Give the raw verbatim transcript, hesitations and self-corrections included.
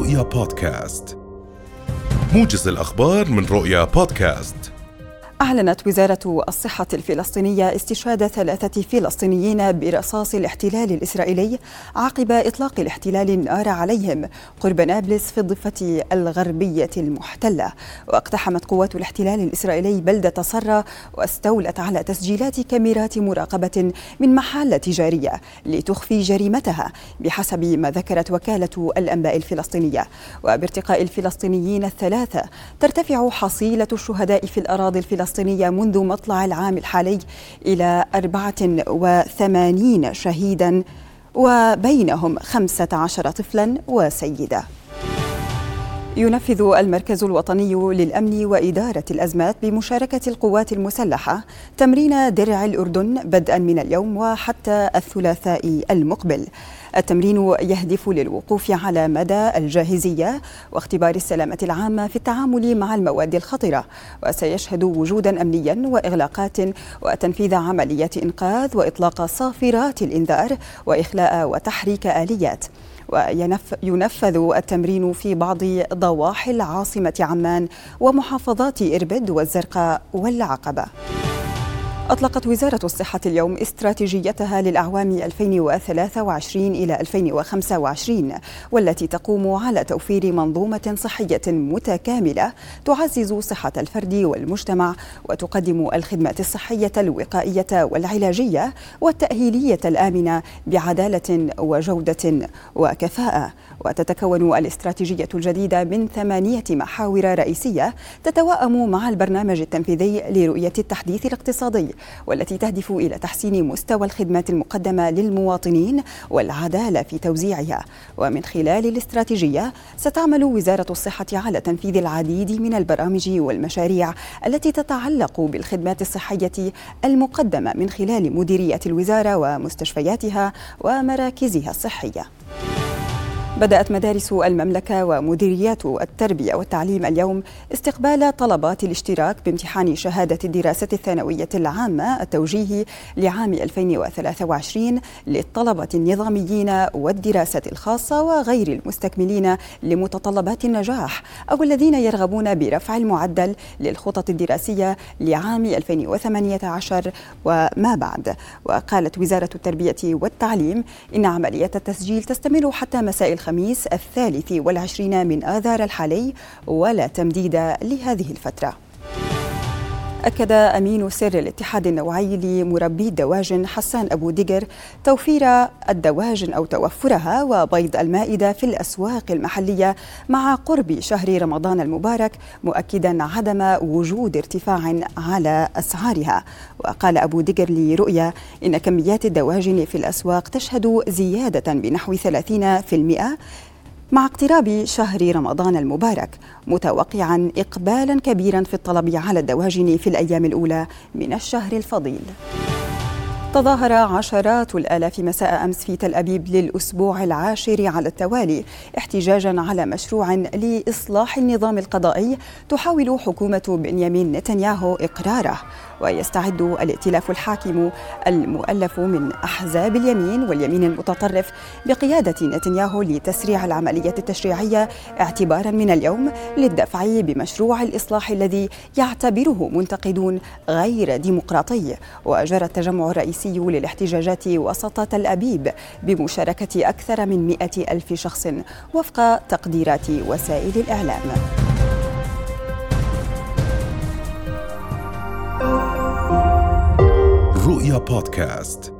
رؤيا بودكاست، موجز الأخبار من رؤيا بودكاست. أعلنت وزارة الصحة الفلسطينية استشهاد ثلاثة فلسطينيين برصاص الاحتلال الإسرائيلي عقب إطلاق الاحتلال النار عليهم قرب نابلس في الضفة الغربية المحتلة. واقتحمت قوات الاحتلال الإسرائيلي بلدة صرة واستولت على تسجيلات كاميرات مراقبة من محال تجارية لتخفي جريمتها بحسب ما ذكرت وكالة الأنباء الفلسطينية. وبارتقاء الفلسطينيين الثلاثة ترتفع حصيلة الشهداء في الأراضي الفلسطينية منذ مطلع العام الحالي إلى أربعة وثمانين شهيدا، وبينهم خمسة عشر طفلا وسيدة. ينفذ المركز الوطني للأمن وإدارة الأزمات بمشاركة القوات المسلحة تمرين درع الأردن بدءا من اليوم وحتى الثلاثاء المقبل. التمرين يهدف للوقوف على مدى الجاهزية واختبار السلامة العامة في التعامل مع المواد الخطرة، وسيشهد وجودا أمنيا وإغلاقات وتنفيذ عمليات إنقاذ وإطلاق صافرات الإنذار وإخلاء وتحريك آليات. وينفذ التمرين في بعض ضواحي العاصمة عمان ومحافظات إربد والزرقاء والعقبة. أطلقت وزارة الصحة اليوم استراتيجيتها للأعوام ألفين وثلاثة وعشرين إلى ألفين وخمسة وعشرين، والتي تقوم على توفير منظومة صحية متكاملة تعزز صحة الفرد والمجتمع وتقدم الخدمات الصحية الوقائية والعلاجية والتأهيلية الآمنة بعدالة وجودة وكفاءة. وتتكون الاستراتيجية الجديدة من ثمانية محاور رئيسية تتوائم مع البرنامج التنفيذي لرؤية التحديث الاقتصادي، والتي تهدف إلى تحسين مستوى الخدمات المقدمة للمواطنين والعدالة في توزيعها. ومن خلال الاستراتيجية ستعمل وزارة الصحة على تنفيذ العديد من البرامج والمشاريع التي تتعلق بالخدمات الصحية المقدمة من خلال مديريات الوزارة ومستشفياتها ومراكزها الصحية. بدأت مدارس المملكة ومديريات التربية والتعليم اليوم استقبال طلبات الاشتراك بامتحان شهادة الدراسة الثانوية العامة التوجيهي لعام ألفين وثلاثة وعشرين للطلبة النظاميين والدراسة الخاصة وغير المستكملين لمتطلبات النجاح أو الذين يرغبون برفع المعدل للخطط الدراسية لعام ألفين وثمانية عشر وما بعد. وقالت وزارة التربية والتعليم إن عملية التسجيل تستمر حتى مساء الخميس الثالث والعشرين من آذار الحالي ولا تمديد لهذه الفترة. أكد أمين سر الاتحاد النوعي لمربي الدواجن حسان أبو دقر توفير الدواجن أو توفرها وبيض المائدة في الأسواق المحلية مع قرب شهر رمضان المبارك، مؤكدا عدم وجود ارتفاع على أسعارها. وقال أبو دقر لرؤيا إن كميات الدواجن في الأسواق تشهد زيادة بنحو ثلاثين بالمئة مع اقتراب شهر رمضان المبارك، متوقعا إقبالا كبيرا في الطلب على الدواجن في الأيام الأولى من الشهر الفضيل. تظاهر عشرات الآلاف مساء أمس في تل أبيب للأسبوع العاشر على التوالي احتجاجا على مشروع لإصلاح النظام القضائي تحاول حكومة بنيامين نتنياهو إقراره. ويستعد الائتلاف الحاكم المؤلف من أحزاب اليمين واليمين المتطرف بقيادة نتنياهو لتسريع العملية التشريعية اعتبارا من اليوم للدفع بمشروع الإصلاح الذي يعتبره منتقدون غير ديمقراطي. وجرى التجمع الرئيسي للاحتجاجات وسط تل أبيب بمشاركة أكثر من مئة ألف شخص وفق تقديرات وسائل الإعلام. رؤيا بودكاست.